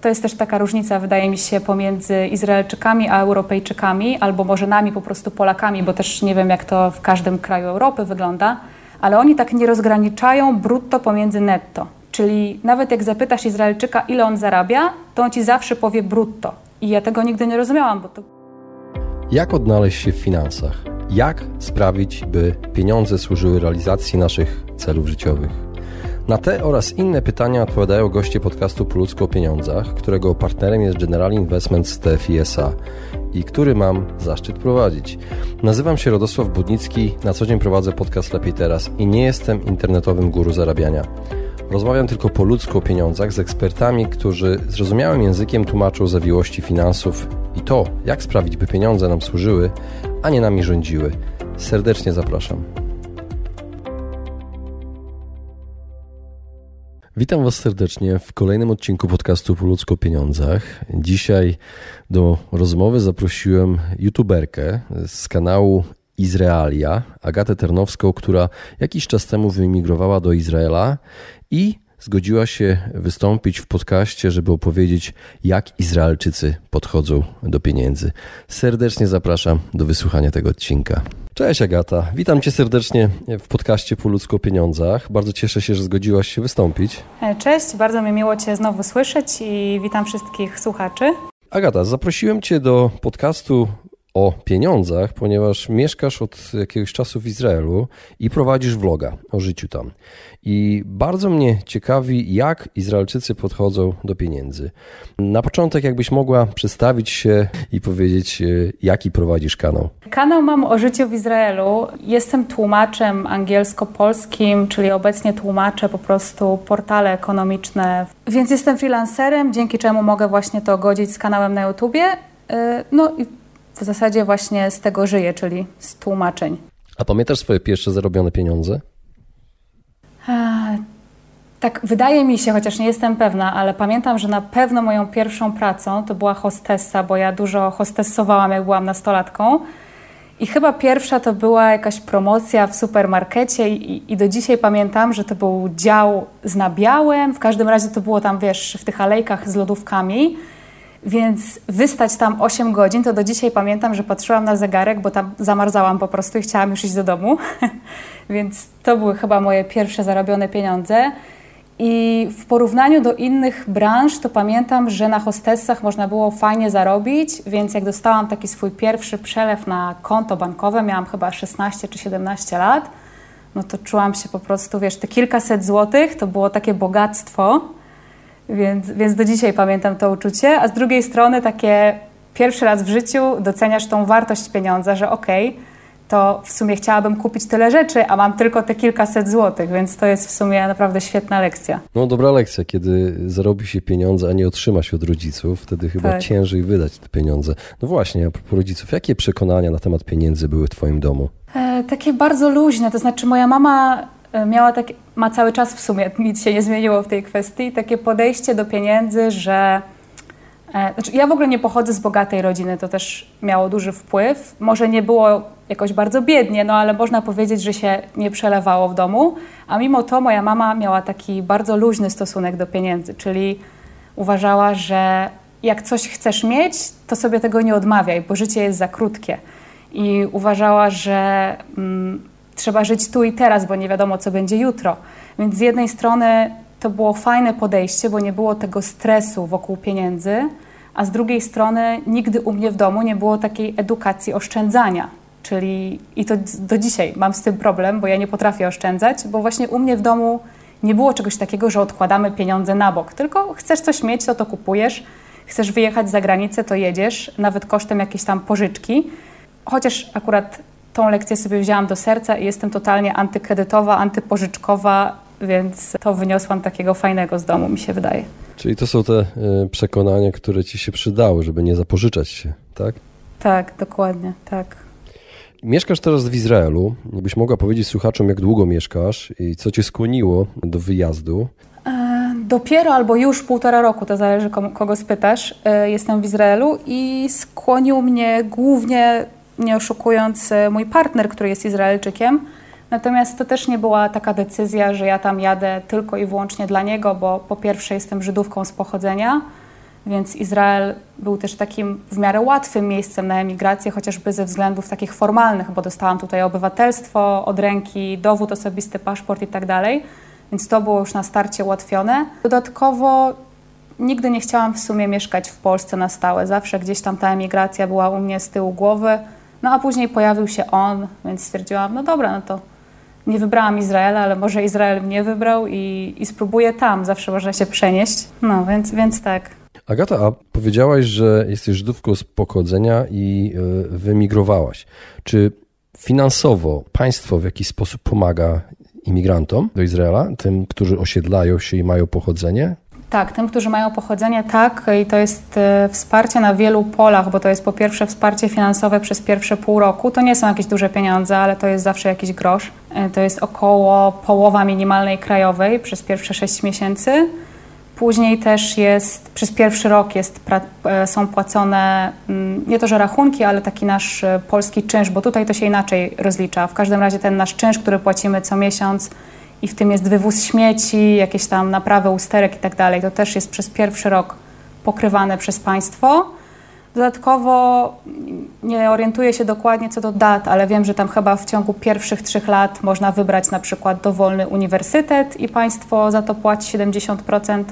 To jest też taka różnica, wydaje mi się, pomiędzy Izraelczykami a Europejczykami, albo może nami po prostu Polakami, bo też nie wiem, jak to w każdym kraju Europy wygląda, ale oni tak nie rozgraniczają brutto pomiędzy netto. Czyli nawet jak zapytasz Izraelczyka, ile on zarabia, to on ci zawsze powie brutto. I ja tego nigdy nie rozumiałam, bo to... Jak odnaleźć się w finansach? Jak sprawić, by pieniądze służyły realizacji naszych celów życiowych? Na te oraz inne pytania odpowiadają goście podcastu Po ludzku o pieniądzach, którego partnerem jest General Investments TFI SA i który mam zaszczyt prowadzić. Nazywam się Radosław Budnicki, na co dzień prowadzę podcast Lepiej Teraz i nie jestem internetowym guru zarabiania. Rozmawiam tylko po ludzku o pieniądzach z ekspertami, którzy zrozumiałym językiem tłumaczą zawiłości finansów i to, jak sprawić, by pieniądze nam służyły, a nie nami rządziły. Serdecznie zapraszam. Witam Was serdecznie w kolejnym odcinku podcastu Po ludzku o pieniądzach. Dzisiaj do rozmowy zaprosiłem youtuberkę z kanału Izraelia, Agatę Ternowską, która jakiś czas temu wyemigrowała do Izraela i zgodziła się wystąpić w podcaście, żeby opowiedzieć, jak Izraelczycy podchodzą do pieniędzy. Serdecznie zapraszam do wysłuchania tego odcinka. Cześć Agata, witam Cię serdecznie w podcaście Po ludzku o pieniądzach. Bardzo cieszę się, że zgodziłaś się wystąpić. Cześć, bardzo mi miło Cię znowu słyszeć i witam wszystkich słuchaczy. Agata, zaprosiłem Cię do podcastu o pieniądzach, ponieważ mieszkasz od jakiegoś czasu w Izraelu i prowadzisz vloga o życiu tam. I bardzo mnie ciekawi, jak Izraelczycy podchodzą do pieniędzy. Na początek, jakbyś mogła przedstawić się i powiedzieć, jaki prowadzisz kanał. Kanał mam o życiu w Izraelu. Jestem tłumaczem angielsko-polskim, czyli obecnie tłumaczę po prostu portale ekonomiczne. Więc jestem freelancerem, dzięki czemu mogę właśnie to godzić z kanałem na YouTubie. No i w zasadzie właśnie z tego żyję, czyli z tłumaczeń. A pamiętasz swoje pierwsze zarobione pieniądze? Tak, wydaje mi się, chociaż nie jestem pewna, ale pamiętam, że na pewno moją pierwszą pracą to była hostessa, bo ja dużo hostessowałam, jak byłam nastolatką. I chyba pierwsza to była jakaś promocja w supermarkecie i do dzisiaj pamiętam, że to był dział z nabiałem. W każdym razie to było tam, wiesz, w tych alejkach z lodówkami. Więc wystać tam 8 godzin, to do dzisiaj pamiętam, że patrzyłam na zegarek, bo tam zamarzałam po prostu i chciałam już iść do domu. Więc to były chyba moje pierwsze zarobione pieniądze. I w porównaniu do innych branż, to pamiętam, że na hostessach można było fajnie zarobić, więc jak dostałam taki swój pierwszy przelew na konto bankowe, miałam chyba 16 czy 17 lat, no to czułam się po prostu, wiesz, te kilkaset złotych, to było takie bogactwo. Więc do dzisiaj pamiętam to uczucie, a z drugiej strony takie pierwszy raz w życiu doceniasz tą wartość pieniądza, że okej, to w sumie chciałabym kupić tyle rzeczy, a mam tylko te kilkaset złotych, więc to jest w sumie naprawdę świetna lekcja. No dobra lekcja, kiedy zarobi się pieniądze, a nie otrzyma się od rodziców, wtedy chyba ciężej wydać te pieniądze. No właśnie, a propos rodziców, jakie przekonania na temat pieniędzy były w Twoim domu? Takie bardzo luźne, to znaczy moja mama ma cały czas w sumie, nic się nie zmieniło w tej kwestii, takie podejście do pieniędzy, że... Znaczy ja w ogóle nie pochodzę z bogatej rodziny, to też miało duży wpływ. Może nie było jakoś bardzo biednie, no ale można powiedzieć, że się nie przelewało w domu, a mimo to moja mama miała taki bardzo luźny stosunek do pieniędzy, czyli uważała, że jak coś chcesz mieć, to sobie tego nie odmawiaj, bo życie jest za krótkie. I uważała, że... trzeba żyć tu i teraz, bo nie wiadomo, co będzie jutro. Więc z jednej strony to było fajne podejście, bo nie było tego stresu wokół pieniędzy, a z drugiej strony nigdy u mnie w domu nie było takiej edukacji oszczędzania. Czyli i to do dzisiaj mam z tym problem, bo ja nie potrafię oszczędzać, bo właśnie u mnie w domu nie było czegoś takiego, że odkładamy pieniądze na bok. Tylko chcesz coś mieć, to kupujesz. Chcesz wyjechać za granicę, to jedziesz, nawet kosztem jakiejś tam pożyczki. Chociaż akurat tą lekcję sobie wzięłam do serca i jestem totalnie antykredytowa, antypożyczkowa, więc to wyniosłam takiego fajnego z domu, mi się wydaje. Czyli to są te przekonania, które Ci się przydały, żeby nie zapożyczać się, tak? Tak, dokładnie, tak. Mieszkasz teraz w Izraelu. Jakbyś mogła powiedzieć słuchaczom, jak długo mieszkasz i co Cię skłoniło do wyjazdu? Dopiero albo już 1,5 roku, to zależy kogo spytasz, jestem w Izraelu i skłonił mnie głównie, nie oszukując, mój partner, który jest Izraelczykiem. Natomiast to też nie była taka decyzja, że ja tam jadę tylko i wyłącznie dla niego, bo po pierwsze jestem Żydówką z pochodzenia, więc Izrael był też takim w miarę łatwym miejscem na emigrację, chociażby ze względów takich formalnych, bo dostałam tutaj obywatelstwo od ręki, dowód osobisty, paszport i tak dalej, więc to było już na starcie ułatwione. Dodatkowo nigdy nie chciałam w sumie mieszkać w Polsce na stałe, zawsze gdzieś tam ta emigracja była u mnie z tyłu głowy, no a później pojawił się on, więc stwierdziłam, no dobra, no to nie wybrałam Izraela, ale może Izrael mnie wybrał i spróbuję tam, zawsze można się przenieść, no więc tak. Agata, a powiedziałaś, że jesteś Żydówką z pochodzenia i wyemigrowałaś. Czy finansowo państwo w jakiś sposób pomaga imigrantom do Izraela, tym, którzy osiedlają się i mają pochodzenie? Tak, tym, którzy mają pochodzenie, tak. I to jest wsparcie na wielu polach, bo to jest po pierwsze wsparcie finansowe przez pierwsze pół roku. To nie są jakieś duże pieniądze, ale to jest zawsze jakiś grosz. To jest około połowa minimalnej krajowej przez pierwsze 6 miesięcy. Później też jest, przez pierwszy rok są płacone nie to, że rachunki, ale taki nasz polski czynsz, bo tutaj to się inaczej rozlicza. W każdym razie ten nasz czynsz, który płacimy co miesiąc i w tym jest wywóz śmieci, jakieś tam naprawy usterek i tak dalej, to też jest przez pierwszy rok pokrywane przez państwo. Dodatkowo nie orientuję się dokładnie co do dat, ale wiem, że tam chyba w ciągu pierwszych 3 lat można wybrać na przykład dowolny uniwersytet i państwo za to płaci 70%.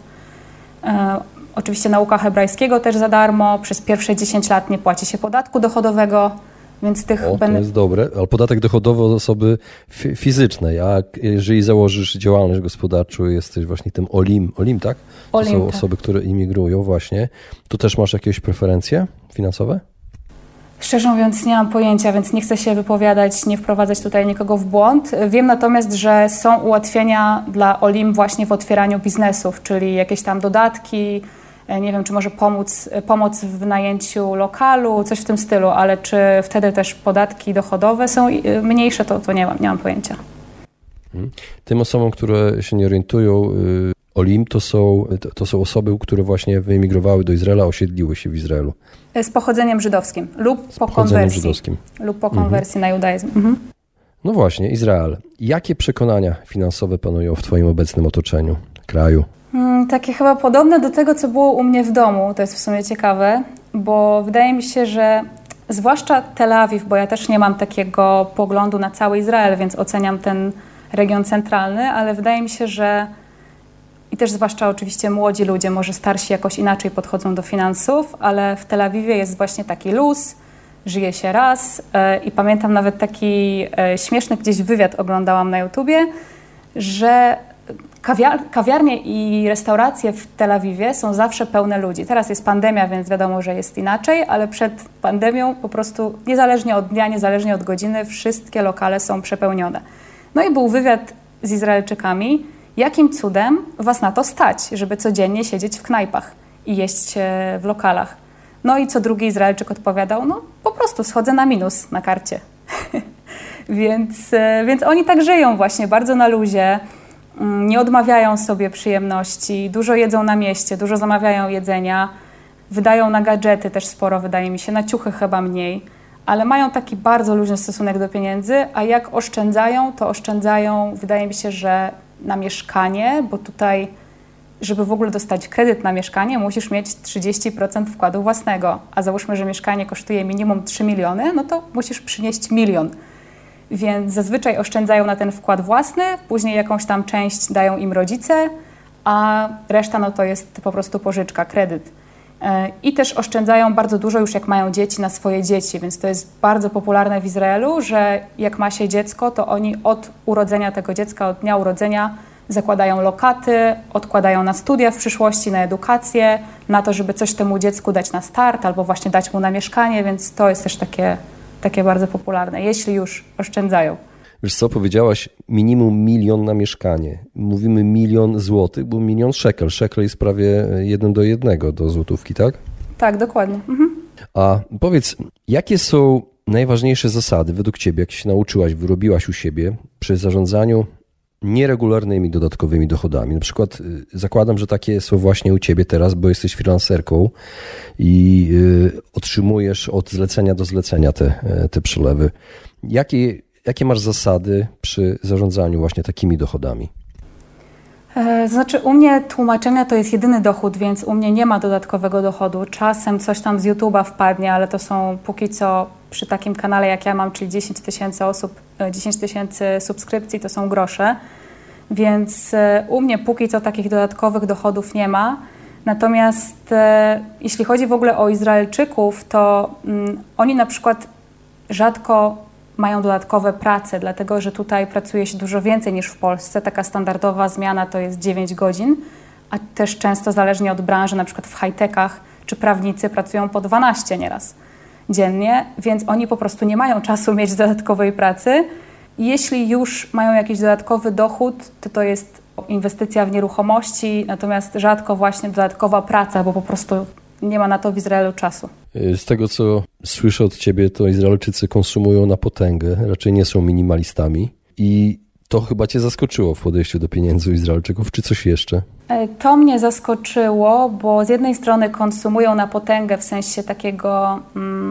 Oczywiście nauka hebrajskiego też za darmo. Przez pierwsze 10 lat nie płaci się podatku dochodowego, więc tych... To jest dobre, ale podatek dochodowy od osoby fizycznej, a jeżeli założysz działalność gospodarczą, jesteś właśnie tym OLIM, tak? To są osoby, które imigrują właśnie. Tu też masz jakieś preferencje finansowe? Szczerze mówiąc nie mam pojęcia, więc nie chcę się wypowiadać, nie wprowadzać tutaj nikogo w błąd. Wiem natomiast, że są ułatwienia dla OLIM właśnie w otwieraniu biznesów, czyli jakieś tam dodatki, nie wiem, czy może pomoc w wynajęciu lokalu, coś w tym stylu, ale czy wtedy też podatki dochodowe są mniejsze, to nie mam pojęcia. Tym osobom, które się nie orientują, OLIM to są osoby, które właśnie wyemigrowały do Izraela, osiedliły się w Izraelu. Z pochodzeniem żydowskim lub po konwersji. Lub po konwersji na judaizm. No właśnie, Izrael. Jakie przekonania finansowe panują w twoim obecnym otoczeniu, kraju? Takie chyba podobne do tego, co było u mnie w domu. To jest w sumie ciekawe, bo wydaje mi się, że zwłaszcza Tel Awiw, bo ja też nie mam takiego poglądu na cały Izrael, więc oceniam ten region centralny, ale wydaje mi się, że i też zwłaszcza oczywiście młodzi ludzie, może starsi jakoś inaczej podchodzą do finansów, ale w Tel Awiwie jest właśnie taki luz, żyje się raz i pamiętam nawet taki śmieszny gdzieś wywiad oglądałam na YouTubie, że kawiarnie i restauracje w Tel Awiwie są zawsze pełne ludzi. Teraz jest pandemia, więc wiadomo, że jest inaczej, ale przed pandemią po prostu niezależnie od dnia, niezależnie od godziny, wszystkie lokale są przepełnione. No i był wywiad z Izraelczykami, jakim cudem was na to stać, żeby codziennie siedzieć w knajpach i jeść w lokalach. No i co drugi Izraelczyk odpowiadał, no po prostu schodzę na minus na karcie. Więc oni tak żyją właśnie, bardzo na luzie, nie odmawiają sobie przyjemności, dużo jedzą na mieście, dużo zamawiają jedzenia, wydają na gadżety też sporo, wydaje mi się, na ciuchy chyba mniej, ale mają taki bardzo luźny stosunek do pieniędzy, a jak oszczędzają, to oszczędzają, wydaje mi się, że na mieszkanie, bo tutaj, żeby w ogóle dostać kredyt na mieszkanie, musisz mieć 30% wkładu własnego, a załóżmy, że mieszkanie kosztuje minimum 3 miliony, no to musisz przynieść 1 000 000. Więc zazwyczaj oszczędzają na ten wkład własny, później jakąś tam część dają im rodzice, a reszta no to jest po prostu pożyczka, kredyt. I też oszczędzają bardzo dużo już jak mają dzieci na swoje dzieci, więc to jest bardzo popularne w Izraelu, że jak ma się dziecko, to oni od urodzenia tego dziecka, od dnia urodzenia zakładają lokaty, odkładają na studia w przyszłości, na edukację, na to, żeby coś temu dziecku dać na start albo właśnie dać mu na mieszkanie, więc to jest też takie bardzo popularne, jeśli już oszczędzają. Wiesz co, powiedziałaś minimum 1 000 000 na mieszkanie. Mówimy 1 000 000 złotych, bo 1 000 000 shekel. Shekel jest prawie 1 do 1 do złotówki, tak? Tak, dokładnie. A powiedz, jakie są najważniejsze zasady według ciebie, jak się nauczyłaś, wyrobiłaś u siebie przy zarządzaniu nieregularnymi dodatkowymi dochodami? Na przykład zakładam, że takie są właśnie u ciebie teraz, bo jesteś freelancerką i otrzymujesz od zlecenia do zlecenia te przelewy. Jakie masz zasady przy zarządzaniu właśnie takimi dochodami? Znaczy u mnie tłumaczenia to jest jedyny dochód, więc u mnie nie ma dodatkowego dochodu. Czasem coś tam z YouTube'a wpadnie, ale to są póki co przy takim kanale jak ja mam, czyli 10 000 osób, 10 000 subskrypcji, to są grosze. Więc u mnie póki co takich dodatkowych dochodów nie ma. Natomiast jeśli chodzi w ogóle o Izraelczyków, to oni na przykład rzadko mają dodatkowe prace, dlatego że tutaj pracuje się dużo więcej niż w Polsce. Taka standardowa zmiana to jest 9 godzin, a też często zależnie od branży, na przykład w high-techach czy prawnicy pracują po 12 nieraz dziennie, więc oni po prostu nie mają czasu mieć dodatkowej pracy. Jeśli już mają jakiś dodatkowy dochód, to jest inwestycja w nieruchomości, natomiast rzadko właśnie dodatkowa praca, bo po prostu nie ma na to w Izraelu czasu. Z tego, co słyszę od ciebie, to Izraelczycy konsumują na potęgę, raczej nie są minimalistami i to chyba cię zaskoczyło w podejściu do pieniędzy u Izraelczyków, czy coś jeszcze? To mnie zaskoczyło, bo z jednej strony konsumują na potęgę w sensie takiego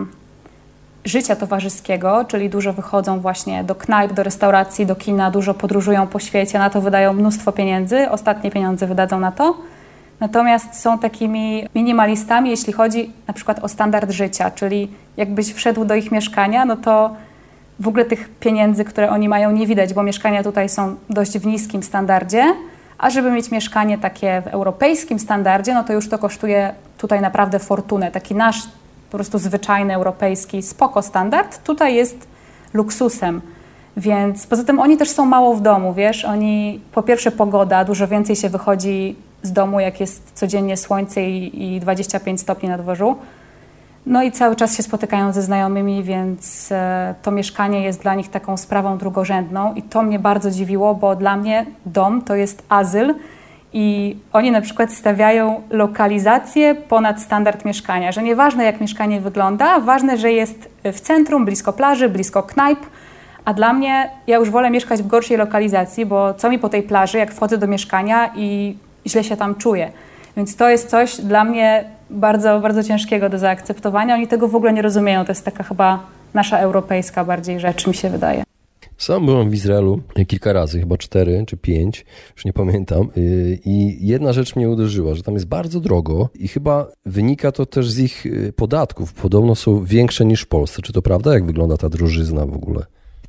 życia towarzyskiego, czyli dużo wychodzą właśnie do knajp, do restauracji, do kina, dużo podróżują po świecie, na to wydają mnóstwo pieniędzy, ostatnie pieniądze wydadzą na to. Natomiast są takimi minimalistami, jeśli chodzi na przykład o standard życia, czyli jakbyś wszedł do ich mieszkania, no to w ogóle tych pieniędzy, które oni mają, nie widać, bo mieszkania tutaj są dość w niskim standardzie, a żeby mieć mieszkanie takie w europejskim standardzie, no to już to kosztuje tutaj naprawdę fortunę. Taki nasz po prostu zwyczajny europejski spoko standard tutaj jest luksusem. Więc poza tym oni też są mało w domu, wiesz, oni po pierwsze pogoda, dużo więcej się wychodzi z domu, jak jest codziennie słońce i 25 stopni na dworzu. No i cały czas się spotykają ze znajomymi, więc to mieszkanie jest dla nich taką sprawą drugorzędną i to mnie bardzo dziwiło, bo dla mnie dom to jest azyl i oni na przykład stawiają lokalizację ponad standard mieszkania, że nieważne jak mieszkanie wygląda, ważne, że jest w centrum, blisko plaży, blisko knajp, a dla mnie ja już wolę mieszkać w gorszej lokalizacji, bo co mi po tej plaży, jak wchodzę do mieszkania i źle się tam czuję. Więc to jest coś dla mnie bardzo, bardzo ciężkiego do zaakceptowania. Oni tego w ogóle nie rozumieją. To jest taka chyba nasza europejska bardziej rzecz, mi się wydaje. Sam byłem w Izraelu kilka razy, chyba 4 czy 5, już nie pamiętam. I jedna rzecz mnie uderzyła, że tam jest bardzo drogo i chyba wynika to też z ich podatków. Podobno są większe niż w Polsce. Czy to prawda? Jak wygląda ta drożyzna w ogóle?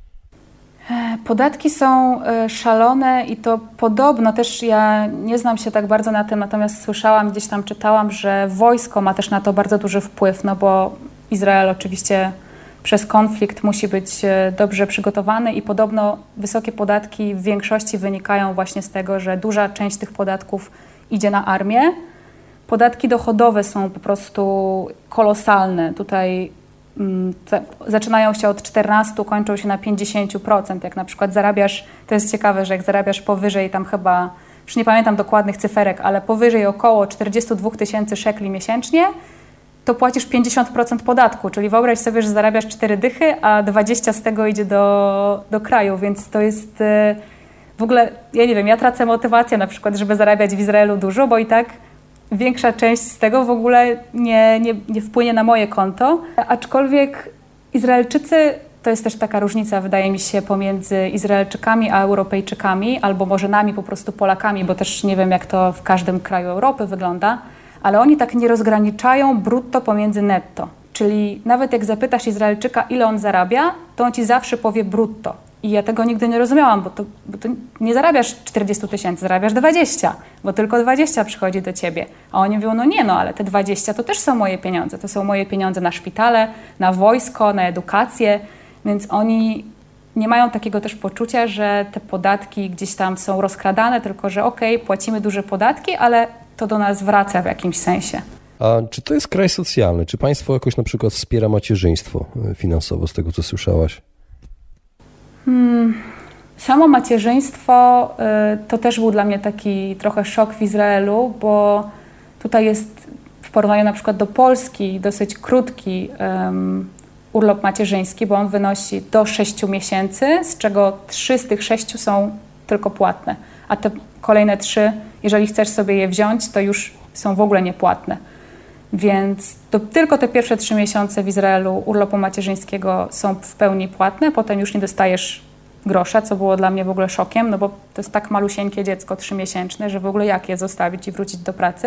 Podatki są szalone i to podobno też, ja nie znam się tak bardzo na tym, natomiast słyszałam, gdzieś tam czytałam, że wojsko ma też na to bardzo duży wpływ, no bo Izrael oczywiście przez konflikt musi być dobrze przygotowany i podobno wysokie podatki w większości wynikają właśnie z tego, że duża część tych podatków idzie na armię. Podatki dochodowe są po prostu kolosalne. Tutaj zaczynają się od 14%, kończą się na 50%. Jak na przykład zarabiasz, to jest ciekawe, że jak zarabiasz powyżej tam chyba, już nie pamiętam dokładnych cyferek, ale powyżej około 42 000 szekli miesięcznie, to płacisz 50% podatku, czyli wyobraź sobie, że zarabiasz 4 dychy, a 20 z tego idzie do kraju, więc to jest w ogóle, ja nie wiem, ja tracę motywację na przykład, żeby zarabiać w Izraelu dużo, bo i tak większa część z tego w ogóle nie wpłynie na moje konto, aczkolwiek Izraelczycy, to jest też taka różnica, wydaje mi się, pomiędzy Izraelczykami a Europejczykami, albo może nami po prostu Polakami, bo też nie wiem, jak to w każdym kraju Europy wygląda, ale oni tak nie rozgraniczają brutto pomiędzy netto. Czyli nawet jak zapytasz Izraelczyka, ile on zarabia, to on ci zawsze powie brutto. I ja tego nigdy nie rozumiałam, bo to nie zarabiasz 40 000, zarabiasz 20, bo tylko 20 przychodzi do ciebie. A oni mówią, no nie, no ale te 20 to też są moje pieniądze. To są moje pieniądze na szpitale, na wojsko, na edukację, więc oni nie mają takiego też poczucia, że te podatki gdzieś tam są rozkradane, tylko że okej, płacimy duże podatki, ale to do nas wraca w jakimś sensie. A czy to jest kraj socjalny? Czy państwo jakoś na przykład wspiera macierzyństwo finansowo, z tego co słyszałaś? Samo macierzyństwo to też był dla mnie taki trochę szok w Izraelu, bo tutaj jest w porównaniu na przykład do Polski dosyć krótki urlop macierzyński, bo on wynosi do 6 miesięcy, z czego 3 z tych 6 są tylko płatne, a te kolejne 3, jeżeli chcesz sobie je wziąć, to już są w ogóle niepłatne. Więc tylko te pierwsze 3 miesiące w Izraelu urlopu macierzyńskiego są w pełni płatne, potem już nie dostajesz grosze, co było dla mnie w ogóle szokiem, no bo to jest tak malusieńkie dziecko, 3-miesięczne, że w ogóle jak je zostawić i wrócić do pracy.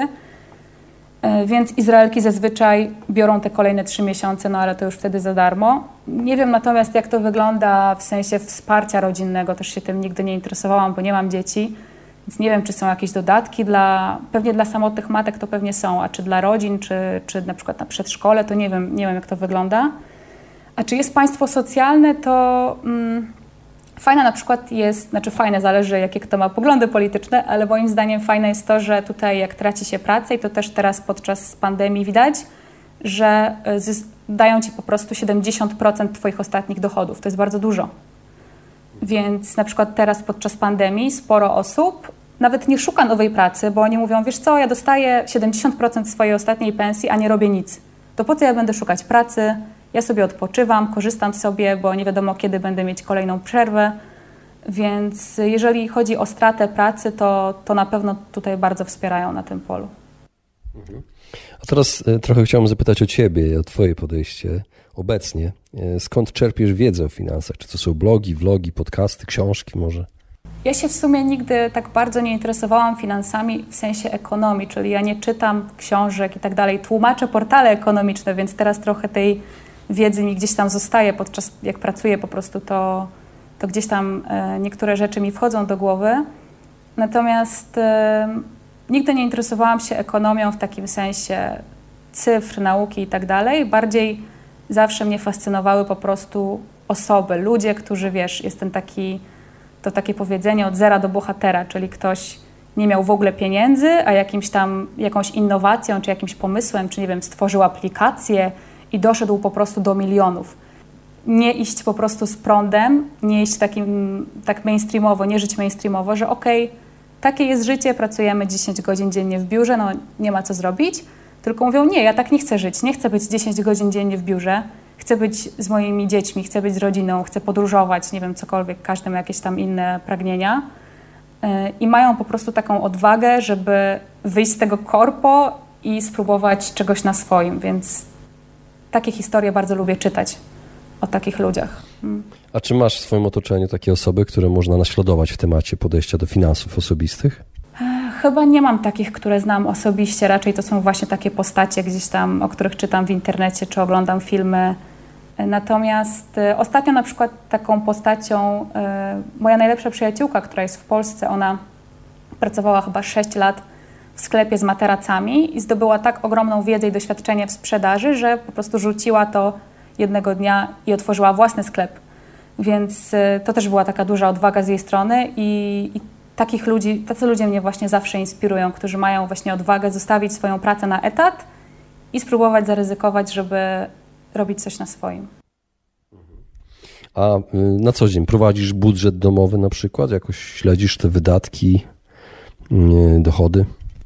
Więc Izraelki zazwyczaj biorą te kolejne 3 miesiące, no ale to już wtedy za darmo. Nie wiem natomiast, jak to wygląda w sensie wsparcia rodzinnego, też się tym nigdy nie interesowałam, bo nie mam dzieci, więc nie wiem, czy są jakieś dodatki pewnie dla samotnych matek to pewnie są, a czy dla rodzin, czy na przykład na przedszkole, to nie wiem, jak to wygląda. A czy jest państwo socjalne, to fajne na przykład jest, fajne, zależy jakie kto ma poglądy polityczne, ale moim zdaniem fajne jest to, że tutaj jak traci się pracę i to też teraz podczas pandemii widać, że dają ci po prostu 70% twoich ostatnich dochodów. To jest bardzo dużo. Więc na przykład teraz podczas pandemii sporo osób nawet nie szuka nowej pracy, bo oni mówią, wiesz co, ja dostaję 70% swojej ostatniej pensji, a nie robię nic. To po co ja będę szukać pracy? Ja sobie odpoczywam, korzystam sobie, bo nie wiadomo, kiedy będę mieć kolejną przerwę. Więc jeżeli chodzi o stratę pracy, to na pewno tutaj bardzo wspierają na tym polu. A teraz trochę chciałem zapytać o ciebie, o twoje podejście obecnie. Skąd czerpiesz wiedzę o finansach? Czy to są blogi, vlogi, podcasty, książki może? Ja się w sumie nigdy tak bardzo nie interesowałam finansami w sensie ekonomii, czyli ja nie czytam książek i tak dalej. Tłumaczę portale ekonomiczne, więc teraz trochę tej wiedzy mi gdzieś tam zostaje podczas jak pracuję po prostu, to gdzieś tam niektóre rzeczy mi wchodzą do głowy. Natomiast nigdy nie interesowałam się ekonomią w takim sensie cyfr, nauki i tak dalej. Bardziej zawsze mnie fascynowały po prostu osoby, ludzie, którzy, wiesz, jest to takie powiedzenie od zera do bohatera, czyli ktoś nie miał w ogóle pieniędzy, a jakąś innowacją, czy jakimś pomysłem, czy nie wiem, stworzył aplikację i doszedł po prostu do milionów. Nie iść po prostu z prądem, nie iść tak mainstreamowo, nie żyć mainstreamowo, że okej, takie jest życie, pracujemy 10 godzin dziennie w biurze, no nie ma co zrobić, tylko mówią, nie, ja tak nie chcę żyć, nie chcę być 10 godzin dziennie w biurze, chcę być z moimi dziećmi, chcę być z rodziną, chcę podróżować, nie wiem, cokolwiek, każdy ma jakieś tam inne pragnienia i mają po prostu taką odwagę, żeby wyjść z tego korpo i spróbować czegoś na swoim, więc takie historie bardzo lubię czytać o takich ludziach. A czy masz w swoim otoczeniu takie osoby, które można naśladować w temacie podejścia do finansów osobistych? Chyba nie mam takich, które znam osobiście. Raczej to są właśnie takie postacie gdzieś tam, o których czytam w internecie czy oglądam filmy. Natomiast ostatnio na przykład taką postacią, moja najlepsza przyjaciółka, która jest w Polsce, ona pracowała chyba 6 lat w sklepie z materacami i zdobyła tak ogromną wiedzę i doświadczenie w sprzedaży, że po prostu rzuciła to jednego dnia i otworzyła własny sklep. Więc to też była taka duża odwaga z jej strony i tacy ludzie mnie właśnie zawsze inspirują, którzy mają właśnie odwagę zostawić swoją pracę na etat i spróbować zaryzykować, żeby robić coś na swoim. A na co dzień prowadzisz budżet domowy na przykład? Jakoś śledzisz te wydatki, dochody?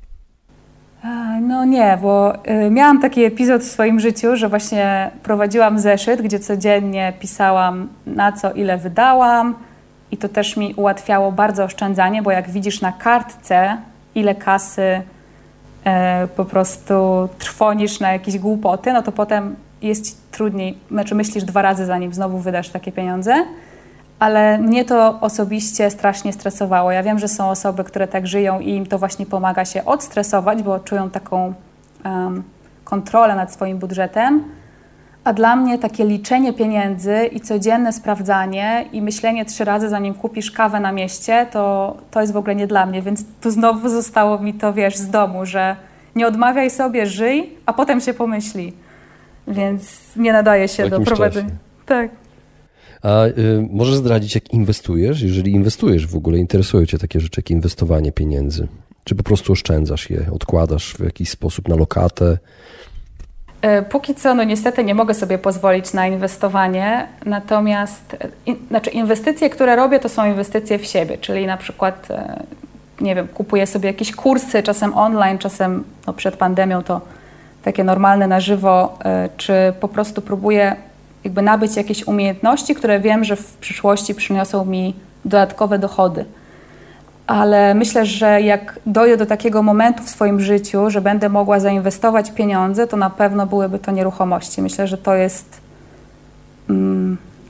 No nie, bo miałam taki epizod w swoim życiu, że właśnie prowadziłam zeszyt, gdzie codziennie pisałam, na co ile wydałam i to też mi ułatwiało bardzo oszczędzanie, bo jak widzisz na kartce, ile kasy po prostu trwonisz na jakieś głupoty, no to potem jest ci trudniej, myślisz 2 razy, zanim znowu wydasz takie pieniądze. Ale mnie to osobiście strasznie stresowało. Ja wiem, że są osoby, które tak żyją i im to właśnie pomaga się odstresować, bo czują taką kontrolę nad swoim budżetem. A dla mnie takie liczenie pieniędzy i codzienne sprawdzanie i myślenie 3 razy, zanim kupisz kawę na mieście, to jest w ogóle nie dla mnie. Więc tu znowu zostało mi to, wiesz, z domu, że nie odmawiaj sobie, żyj, a potem się pomyśli. Więc nie nadaje się do prowadzenia. Tak. A możesz zdradzić, jak inwestujesz? Jeżeli inwestujesz w ogóle, interesują cię takie rzeczy jak inwestowanie pieniędzy? Czy po prostu oszczędzasz je, odkładasz w jakiś sposób na lokatę? Póki co, no niestety nie mogę sobie pozwolić na inwestowanie, natomiast inwestycje, które robię, to są inwestycje w siebie, czyli na przykład, nie wiem, kupuję sobie jakieś kursy, czasem online, czasem przed pandemią to takie normalne na żywo, czy po prostu próbuję jakby nabyć jakieś umiejętności, które wiem, że w przyszłości przyniosą mi dodatkowe dochody. Ale myślę, że jak dojdę do takiego momentu w swoim życiu, że będę mogła zainwestować pieniądze, to na pewno byłyby to nieruchomości. Myślę, że to jest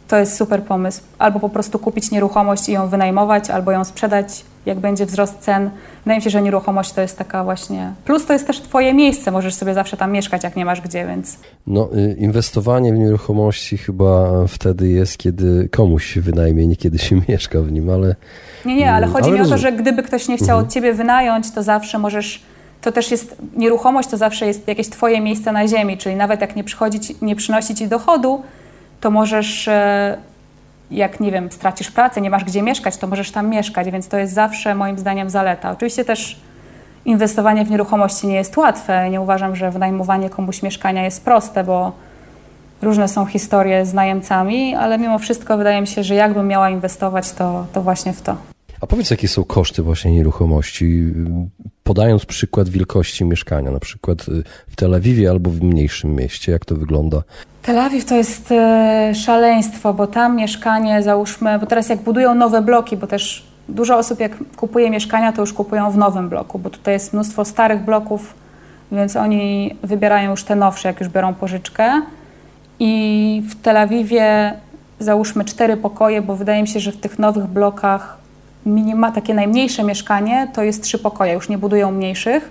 to jest super pomysł. Albo po prostu kupić nieruchomość i ją wynajmować, albo ją sprzedać, jak będzie wzrost cen. Wydaje mi się, że nieruchomość to jest taka właśnie... Plus to jest też twoje miejsce, możesz sobie zawsze tam mieszkać, jak nie masz gdzie, więc... No, inwestowanie w nieruchomości chyba wtedy jest, kiedy komuś się wynajmie, nie kiedy się mieszka w nim, ale... Nie, ale chodzi mi o to, że gdyby ktoś nie chciał od ciebie wynająć, to zawsze możesz... To też jest... Nieruchomość to zawsze jest jakieś twoje miejsce na ziemi, czyli nawet jak nie przynosi ci dochodu, to możesz... Jak, nie wiem, stracisz pracę, nie masz gdzie mieszkać, to możesz tam mieszkać, więc to jest zawsze moim zdaniem zaleta. Oczywiście też inwestowanie w nieruchomości nie jest łatwe. Nie uważam, że wynajmowanie komuś mieszkania jest proste, bo różne są historie z najemcami, ale mimo wszystko wydaje mi się, że jakbym miała inwestować, to właśnie w to. A powiedz, jakie są koszty właśnie nieruchomości, podając przykład wielkości mieszkania, na przykład w Tel Awiwie albo w mniejszym mieście, jak to wygląda? Tel Awiw to jest szaleństwo, bo tam mieszkanie, załóżmy, bo teraz jak budują nowe bloki, bo też dużo osób jak kupuje mieszkania, to już kupują w nowym bloku, bo tutaj jest mnóstwo starych bloków, więc oni wybierają już te nowsze, jak już biorą pożyczkę. I w Tel Awiwie załóżmy 4 pokoje, bo wydaje mi się, że w tych nowych blokach takie najmniejsze mieszkanie to jest 3 pokoje, już nie budują mniejszych.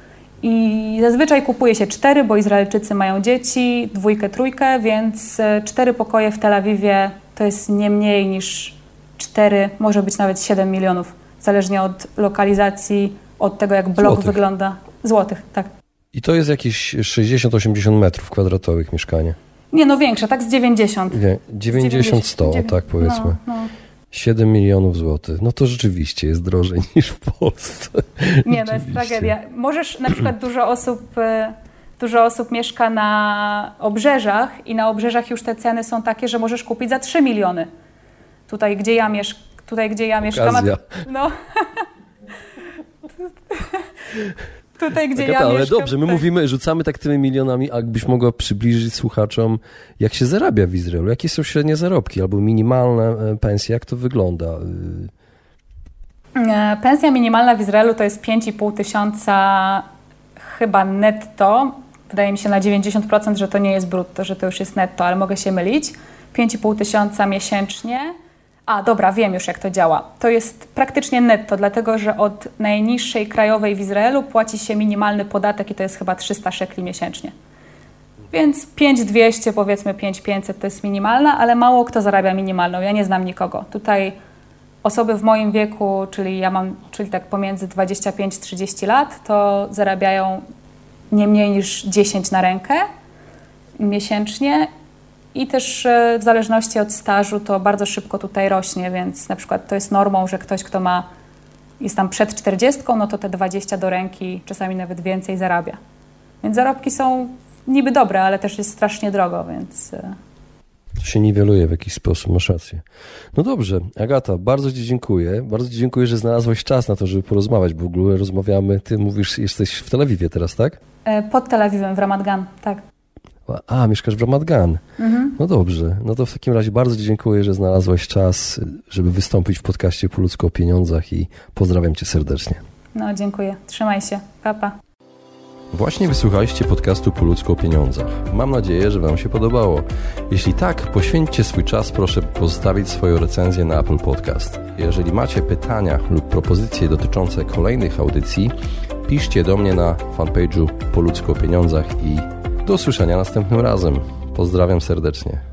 I zazwyczaj kupuje się 4, bo Izraelczycy mają dzieci, 2, 3, więc 4 pokoje w Tel Awiwie to jest nie mniej niż 4, może być nawet 7 milionów, zależnie od lokalizacji, od tego jak blok wygląda. Złotych, tak. I to jest jakieś 60-80 metrów kwadratowych mieszkanie? Nie, no większe, tak z 90. 90-100, tak powiedzmy. No. 7 milionów złotych. No to rzeczywiście jest drożej niż w Polsce. Nie, no jest tragedia. Możesz, na przykład dużo osób mieszka na obrzeżach i na obrzeżach już te ceny są takie, że możesz kupić za 3 miliony. Tutaj, gdzie ja mieszkam. No. Tutaj, gdzie Agata, ja ale mieszkam. dobrze, my rzucamy tak tymi milionami, a jakbyś mogła przybliżyć słuchaczom, jak się zarabia w Izraelu, jakie są średnie zarobki albo minimalne pensje, jak to wygląda? Pensja minimalna w Izraelu to jest 5,5 tysiąca chyba netto. Wydaje mi się na 90%, że to nie jest brutto, że to już jest netto, ale mogę się mylić. 5,5 tysiąca miesięcznie. A, dobra, wiem już jak to działa. To jest praktycznie netto, dlatego że od najniższej krajowej w Izraelu płaci się minimalny podatek i to jest chyba 300 szekli miesięcznie. Więc 5200, powiedzmy 5500 to jest minimalna, ale mało kto zarabia minimalną. Ja nie znam nikogo. Tutaj osoby w moim wieku, czyli tak pomiędzy 25-30 lat, to zarabiają nie mniej niż 10 na rękę miesięcznie. I też w zależności od stażu to bardzo szybko tutaj rośnie, więc na przykład to jest normą, że ktoś, kto jest tam przed 40, no to te 20 do ręki, czasami nawet więcej zarabia. Więc zarobki są niby dobre, ale też jest strasznie drogo, więc... To się niweluje w jakiś sposób, masz rację. No dobrze, Agata, bardzo Ci dziękuję. Bardzo Ci dziękuję, że znalazłaś czas na to, żeby porozmawiać, bo w ogóle rozmawiamy. Ty mówisz, jesteś w Tel Awiwie teraz, tak? Pod Tel Awiwem, w Ramat Gan, tak. A, mieszkasz w Ramat Gan. No dobrze. No to w takim razie bardzo Ci dziękuję, że znalazłaś czas, żeby wystąpić w podcaście Po ludzku o pieniądzach i pozdrawiam Cię serdecznie. No, dziękuję. Trzymaj się. Pa, pa. Właśnie wysłuchaliście podcastu Po ludzku o pieniądzach. Mam nadzieję, że Wam się podobało. Jeśli tak, poświęćcie swój czas, proszę pozostawić swoją recenzję na Apple Podcast. Jeżeli macie pytania lub propozycje dotyczące kolejnych audycji, piszcie do mnie na fanpage'u Po ludzku o pieniądzach i do usłyszenia następnym razem. Pozdrawiam serdecznie.